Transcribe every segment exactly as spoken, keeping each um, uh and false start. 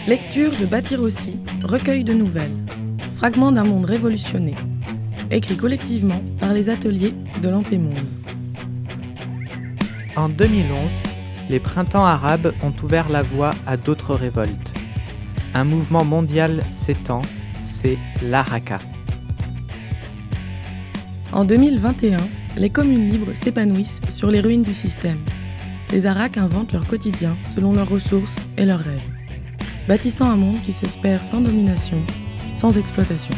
Lecture de Bâtir aussi, recueil de nouvelles, fragments d'un monde révolutionné, écrit collectivement par les ateliers de l'Antémonde. En deux mille onze, les printemps arabes ont ouvert la voie à d'autres révoltes. Un mouvement mondial s'étend, c'est l'Haraka. En deux mille vingt et un, les communes libres s'épanouissent sur les ruines du système. Les Arakas inventent leur quotidien selon leurs ressources et leurs rêves, bâtissant un monde qui s'espère sans domination, sans exploitation.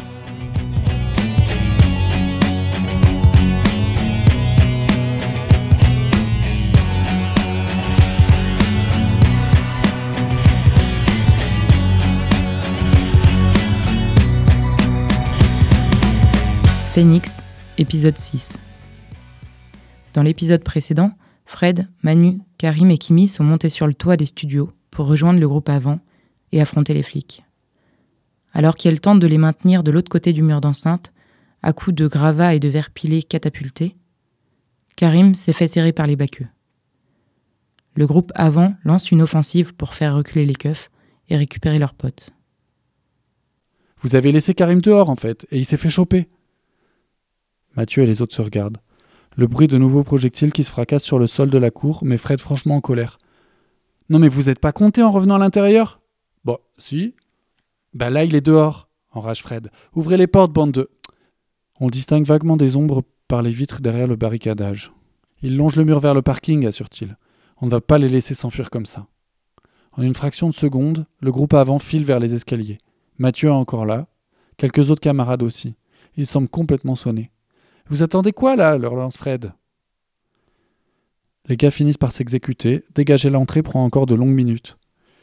Phénix, épisode six. Dans l'épisode précédent, Fred, Manu, Karim et Kimi sont montés sur le toit des studios pour rejoindre le groupe avant et affronter les flics. Alors qu'elle tente de les maintenir de l'autre côté du mur d'enceinte, à coups de gravats et de verres pilés catapultés, Karim s'est fait serrer par les baqueux. Le groupe avant lance une offensive pour faire reculer les keufs et récupérer leurs potes. Vous avez laissé Karim dehors en fait, et il s'est fait choper. Mathieu et les autres se regardent. Le bruit de nouveaux projectiles qui se fracassent sur le sol de la cour met Fred franchement en colère. « Non mais vous êtes pas compté en revenant à l'intérieur ?»« Bon, si. »« Bah là il est dehors, » enrage Fred. « Ouvrez les portes, bande de... » On distingue vaguement des ombres par les vitres derrière le barricadage. Ils longent le mur vers le parking, assure-t-il. On ne va pas les laisser s'enfuir comme ça. En une fraction de seconde, le groupe avant file vers les escaliers. Mathieu est encore là, quelques autres camarades aussi. Ils semblent complètement sonnés. « Vous attendez quoi, là ?» leur lance Fred. Les gars finissent par s'exécuter. Dégager l'entrée prend encore de longues minutes.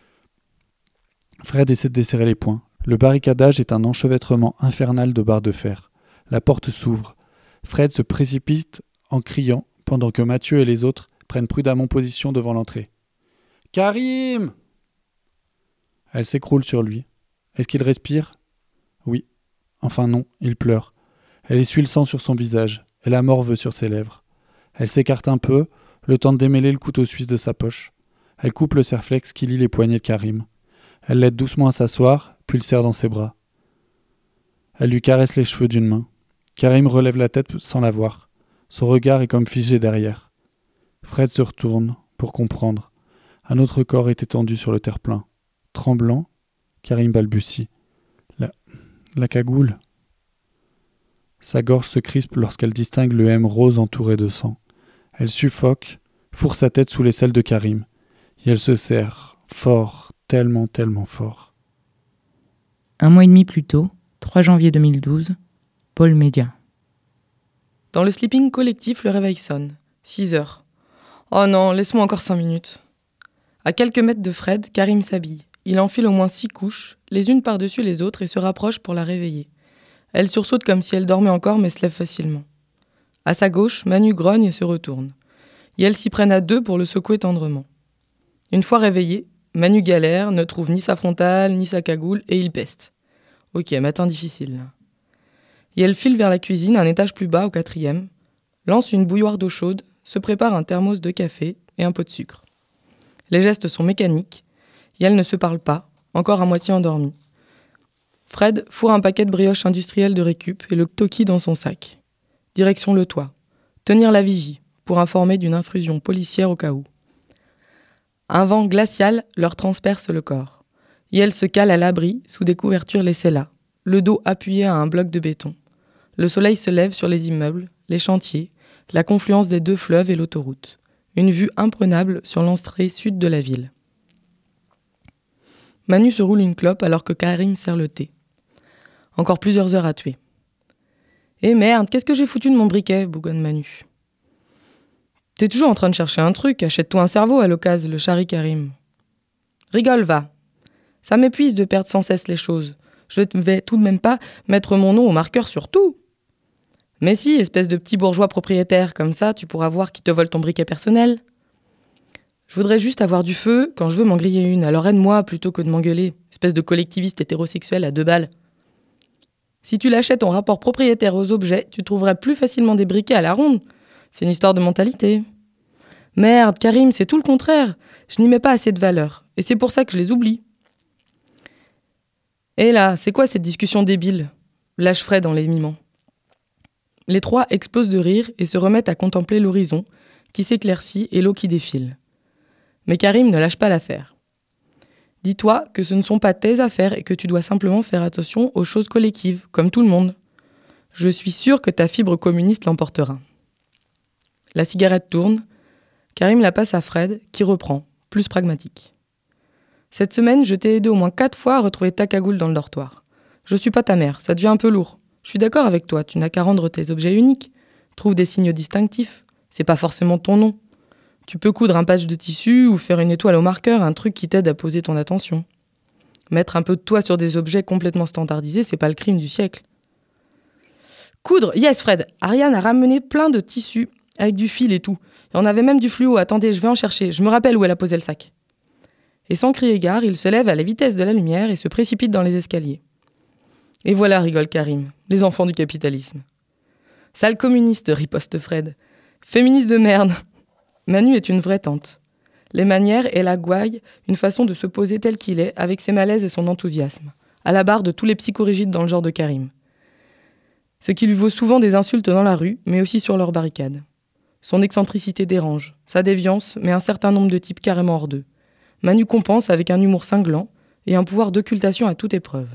Fred essaie de desserrer les poings. Le barricadage est un enchevêtrement infernal de barres de fer. La porte s'ouvre. Fred se précipite en criant, pendant que Mathieu et les autres prennent prudemment position devant l'entrée. « Karim !» Elle s'écroule sur lui. Est-ce qu'il respire ? Oui. Enfin non, il pleure. Elle essuie le sang sur son visage, et la morve sur ses lèvres. Elle s'écarte un peu, le temps de démêler le couteau suisse de sa poche. Elle coupe le serflex qui lie les poignets de Karim. Elle l'aide doucement à s'asseoir, puis le serre dans ses bras. Elle lui caresse les cheveux d'une main. Karim relève la tête sans la voir. Son regard est comme figé derrière. Fred se retourne, pour comprendre. Un autre corps est étendu sur le terre-plein. Tremblant, Karim balbutie. La... la cagoule. Sa gorge se crispe lorsqu'elle distingue le M rose entouré de sang. Elle suffoque, fourre sa tête sous les selles de Karim. Et elle se serre, fort, tellement, tellement fort. Un mois et demi plus tôt, trois janvier deux mille douze, Pôle Média. Dans le sleeping collectif, le réveil sonne. six heures. Oh non, laisse-moi encore cinq minutes. À quelques mètres de Fred, Karim s'habille. Il enfile au moins six couches, les unes par-dessus les autres, et se rapproche pour la réveiller. Elle sursaute comme si elle dormait encore, mais se lève facilement. À sa gauche, Manu grogne et se retourne. Et elles s'y prennent à deux pour le secouer tendrement. Une fois réveillé, Manu galère, ne trouve ni sa frontale, ni sa cagoule, et il peste. Ok, matin difficile. Et elle file vers la cuisine, un étage plus bas, au quatrième, lance une bouilloire d'eau chaude, se prépare un thermos de café et un pot de sucre. Les gestes sont mécaniques, et elle ne se parle pas, encore à moitié endormie. Fred fourre un paquet de brioches industrielles de récup et le toki dans son sac. Direction le toit. Tenir la vigie, pour informer d'une intrusion policière au cas où. Un vent glacial leur transperce le corps. Et elle se cale à l'abri, sous des couvertures laissées là, le dos appuyé à un bloc de béton. Le soleil se lève sur les immeubles, les chantiers, la confluence des deux fleuves et l'autoroute. Une vue imprenable sur l'entrée sud de la ville. Manu se roule une clope alors que Karim sert le thé. Encore plusieurs heures à tuer. « Eh merde, qu'est-ce que j'ai foutu de mon briquet ?» bougonne Manu. « T'es toujours en train de chercher un truc, achète-toi un cerveau à l'occasion, le charrie Karim. »« Rigole, va. Ça m'épuise de perdre sans cesse les choses. Je ne vais tout de même pas mettre mon nom au marqueur sur tout. »« Mais si, espèce de petit bourgeois propriétaire, comme ça, tu pourras voir qui te vole ton briquet personnel. »« Je voudrais juste avoir du feu quand je veux m'en griller une, alors aide-moi plutôt que de m'engueuler, espèce de collectiviste hétérosexuel à deux balles. » Si tu l'achètes en rapport propriétaire aux objets, tu trouverais plus facilement des briquets à la ronde. C'est une histoire de mentalité. Merde, Karim, c'est tout le contraire. Je n'y mets pas assez de valeur. Et c'est pour ça que je les oublie. Et là, c'est quoi cette discussion débile ? Lâche Fred en les mimant. Les trois explosent de rire et se remettent à contempler l'horizon qui s'éclaircit et l'eau qui défile. Mais Karim ne lâche pas l'affaire. Dis-toi que ce ne sont pas tes affaires et que tu dois simplement faire attention aux choses collectives, comme tout le monde. Je suis sûre que ta fibre communiste l'emportera. La cigarette tourne. Karim la passe à Fred, qui reprend, plus pragmatique. Cette semaine, je t'ai aidé au moins quatre fois à retrouver ta cagoule dans le dortoir. Je suis pas ta mère, ça devient un peu lourd. Je suis d'accord avec toi, tu n'as qu'à rendre tes objets uniques. Trouve des signes distinctifs. C'est pas forcément ton nom. Tu peux coudre un patch de tissu ou faire une étoile au marqueur, un truc qui t'aide à poser ton attention. Mettre un peu de toi sur des objets complètement standardisés, c'est pas le crime du siècle. Coudre, yes Fred. Ariane a ramené plein de tissus avec du fil et tout. Et on avait même du fluo. Attendez, je vais en chercher. Je me rappelle où elle a posé le sac. Et sans crier gare, il se lève à la vitesse de la lumière et se précipite dans les escaliers. Et voilà, rigole Karim, les enfants du capitalisme. Sale communiste, riposte Fred. Féministe de merde. Manu est une vraie tante. Les manières et la gouaille, une façon de se poser tel qu'il est, avec ses malaises et son enthousiasme, à la barre de tous les psychorigides dans le genre de Karim. Ce qui lui vaut souvent des insultes dans la rue, mais aussi sur leurs barricades. Son excentricité dérange, sa déviance met un certain nombre de types carrément hors d'eux. Manu compense avec un humour cinglant et un pouvoir d'occultation à toute épreuve.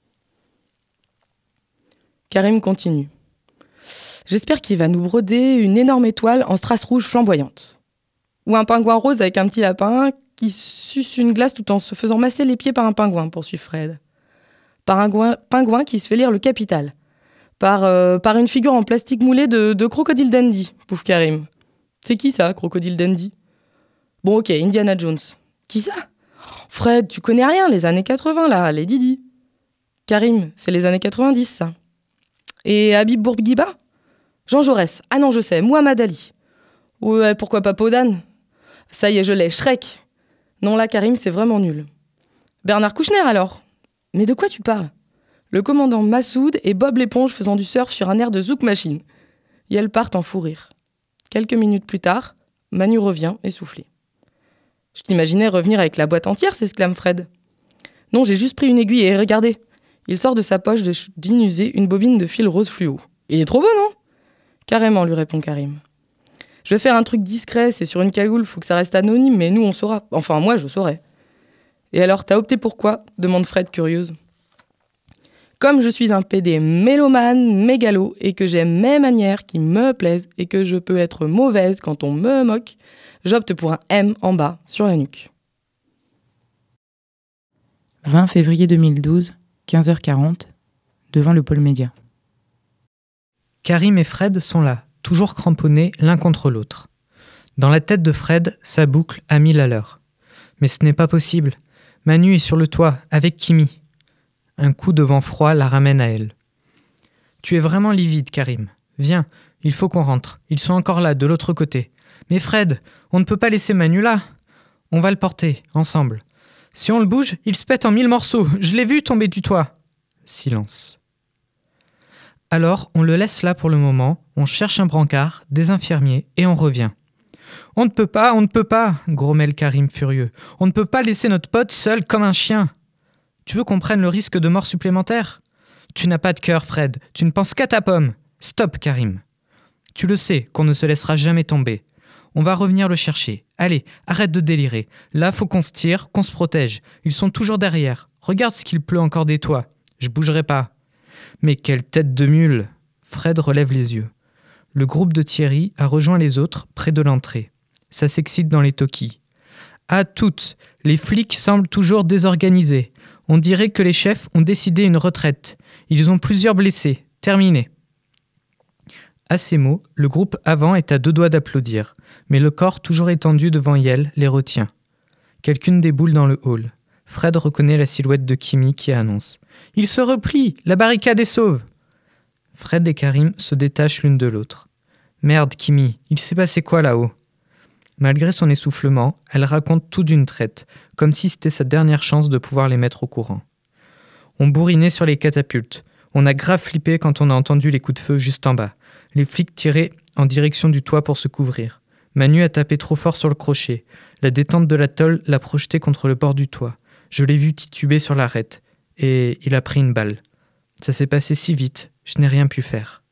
Karim continue. J'espère qu'il va nous broder une énorme étoile en strass rouge flamboyante. Ou un pingouin rose avec un petit lapin qui suce une glace tout en se faisant masser les pieds par un pingouin, poursuit Fred. Par un gouin, pingouin qui se fait lire le Capital. Par, euh, par une figure en plastique moulé de, de Crocodile Dundee, pouf Karim. C'est qui ça, Crocodile Dundee ? Bon ok, Indiana Jones. Qui ça ? Fred, tu connais rien, les années quatre-vingts là, les Didi. Karim, c'est les années quatre-vingt-dix ça. Et Habib Bourguiba ? Jean Jaurès. Ah non, je sais, Muhammad Ali. Ouais, pourquoi pas Podane ? Ça y est, je l'ai, Shrek. Non, là, Karim, c'est vraiment nul. Bernard Kouchner, alors ? Mais de quoi tu parles ? Le commandant Massoud et Bob l'éponge faisant du surf sur un air de Zouk Machine. Et elles partent en fou rire. Quelques minutes plus tard, Manu revient, essoufflé. Je t'imaginais revenir avec la boîte entière, s'exclame Fred. Non, j'ai juste pris une aiguille et regardez. Il sort de sa poche de jean usé une bobine de fil rose fluo. Il est trop beau, non ? Carrément, lui répond Karim. Je vais faire un truc discret, c'est sur une cagoule, faut que ça reste anonyme, mais nous on saura. Enfin, moi je saurais. Et alors, t'as opté pour quoi ? Demande Fred, curieuse. Comme je suis un pédé mélomane, mégalo, et que j'aime mes manières qui me plaisent, et que je peux être mauvaise quand on me moque, j'opte pour un M en bas, sur la nuque. vingt février deux mille douze, quinze heures quarante, devant le pôle média. Karim et Fred sont là, toujours cramponnés l'un contre l'autre. Dans la tête de Fred, ça boucle à mille à l'heure. Mais ce n'est pas possible. Manu est sur le toit, avec Kimi. Un coup de vent froid la ramène à elle. Tu es vraiment livide, Karim. Viens, il faut qu'on rentre. Ils sont encore là, de l'autre côté. Mais Fred, on ne peut pas laisser Manu là. On va le porter, ensemble. Si on le bouge, il se pète en mille morceaux. Je l'ai vu tomber du toit. Silence. Alors, on le laisse là pour le moment, on cherche un brancard, des infirmiers, et on revient. « On ne peut pas, on ne peut pas !» grommelle Karim furieux. « On ne peut pas laisser notre pote seul comme un chien !» Tu veux qu'on prenne le risque de mort supplémentaire ? Tu n'as pas de cœur, Fred, tu ne penses qu'à ta pomme. Stop, Karim. Tu le sais qu'on ne se laissera jamais tomber. On va revenir le chercher. Allez, arrête de délirer. Là, faut qu'on se tire, qu'on se protège. Ils sont toujours derrière. Regarde ce qu'il pleut encore des toits. Je bougerai pas. Mais quelle tête de mule ! Fred relève les yeux. Le groupe de Thierry a rejoint les autres près de l'entrée. Ça s'excite dans les talkies. À toutes, les flics semblent toujours désorganisés. On dirait que les chefs ont décidé une retraite. Ils ont plusieurs blessés. Terminé. À ces mots, le groupe avant est à deux doigts d'applaudir, mais le corps toujours étendu devant Yel les retient. Quelqu'une déboule dans le hall. Fred reconnaît la silhouette de Kimi qui annonce « Il se replie, la barricade est sauve !» Fred et Karim se détachent l'une de l'autre. « Merde, Kimi, il s'est passé quoi là-haut ?» Malgré son essoufflement, elle raconte tout d'une traite, comme si c'était sa dernière chance de pouvoir les mettre au courant. On bourrinait sur les catapultes. On a grave flippé quand on a entendu les coups de feu juste en bas. Les flics tiraient en direction du toit pour se couvrir. Manu a tapé trop fort sur le crochet. La détente de la tôle l'a projeté contre le bord du toit. Je l'ai vu tituber sur l'arête. et il a pris une balle. Ça s'est passé si vite, je n'ai rien pu faire.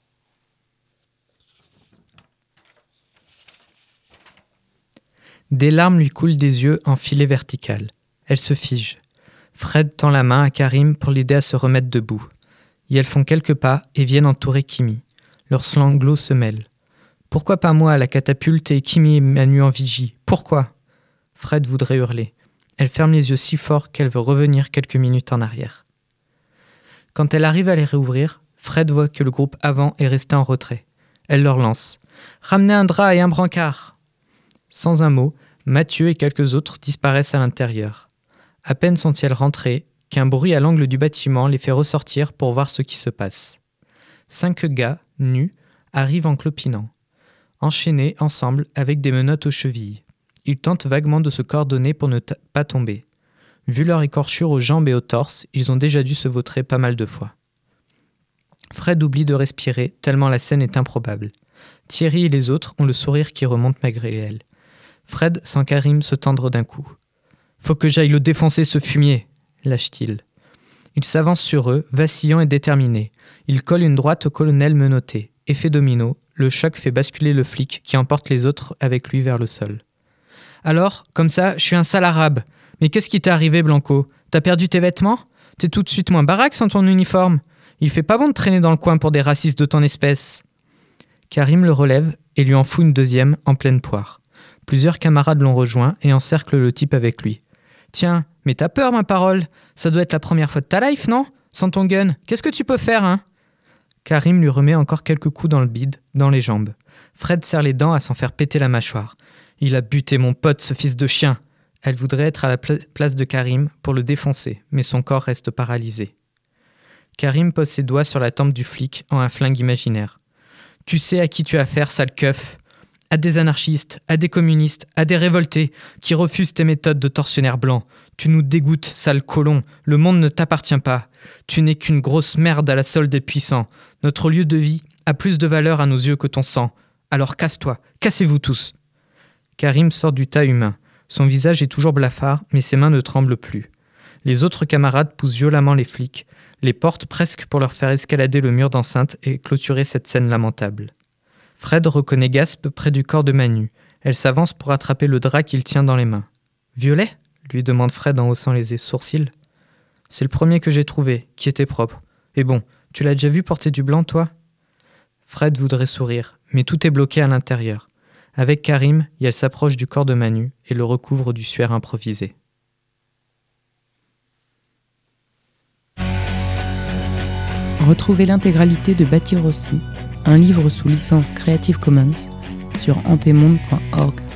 Des larmes lui coulent des yeux en filet vertical. Elle se fige. Fred tend la main à Karim pour l'aider à se remettre debout. Et elles font quelques pas et viennent entourer Kimi. Leurs sanglots se mêlent. Pourquoi pas moi à la catapulte et Kimi et Manu en vigie? Pourquoi? Fred voudrait hurler. Elle ferme les yeux si fort qu'elle veut revenir quelques minutes en arrière. Quand elle arrive à les réouvrir, Fred voit que le groupe avant est resté en retrait. Elle leur lance « Ramenez un drap et un brancard !» Sans un mot, Mathieu et quelques autres disparaissent à l'intérieur. À peine sont-ils rentrés qu'un bruit à l'angle du bâtiment les fait ressortir pour voir ce qui se passe. Cinq gars, nus, arrivent en clopinant, enchaînés ensemble avec des menottes aux chevilles. Ils tentent vaguement de se coordonner pour ne t- pas tomber. Vu leur écorchure aux jambes et au torse, ils ont déjà dû se vautrer pas mal de fois. Fred oublie de respirer, tellement la scène est improbable. Thierry et les autres ont le sourire qui remonte malgré elle. Fred sent Karim se tendre d'un coup. « Faut que j'aille le défoncer, ce fumier !» lâche-t-il. Il s'avance sur eux, vacillant et déterminé. Il colle une droite au colonel menotté. Effet domino, le choc fait basculer le flic qui emporte les autres avec lui vers le sol. « Alors, comme ça, je suis un sale arabe. Mais qu'est-ce qui t'est arrivé, Blanco? T'as perdu tes vêtements? T'es tout de suite moins baraque sans ton uniforme. Il fait pas bon de traîner dans le coin pour des racistes de ton espèce. » Karim le relève et lui en fout une deuxième en pleine poire. Plusieurs camarades l'ont rejoint et encerclent le type avec lui. « Tiens, mais t'as peur, ma parole? Ça doit être la première fois de ta life, non? Sans ton gun, qu'est-ce que tu peux faire, hein ?» Karim lui remet encore quelques coups dans le bide, dans les jambes. Fred serre les dents à s'en faire péter la mâchoire. « Il a buté mon pote, ce fils de chien !» Elle voudrait être à la pla- place de Karim pour le défoncer, mais son corps reste paralysé. Karim pose ses doigts sur la tempe du flic en un flingue imaginaire. « Tu sais à qui tu as affaire, sale keuf? À des anarchistes, à des communistes, à des révoltés qui refusent tes méthodes de tortionnaire blanc. Tu nous dégoûtes, sale colon. Le monde ne t'appartient pas. Tu n'es qu'une grosse merde à la solde des puissants. Notre lieu de vie a plus de valeur à nos yeux que ton sang. Alors casse-toi, cassez-vous tous. » Karim sort du tas humain. Son visage est toujours blafard, mais ses mains ne tremblent plus. Les autres camarades poussent violemment les flics, les portent presque pour leur faire escalader le mur d'enceinte et clôturer cette scène lamentable. Fred reconnaît Gasp près du corps de Manu. Elle s'avance pour attraper le drap qu'il tient dans les mains. « Violet ?» lui demande Fred en haussant les sourcils. « C'est le premier que j'ai trouvé, qui était propre. Et bon, tu l'as déjà vu porter du blanc, toi ?» Fred voudrait sourire, mais tout est bloqué à l'intérieur. Avec Karim, elle s'approche du corps de Manu et le recouvre du suaire improvisé. Retrouvez l'intégralité de Bâtir aussi, un livre sous licence Creative Commons, sur antemonde point org.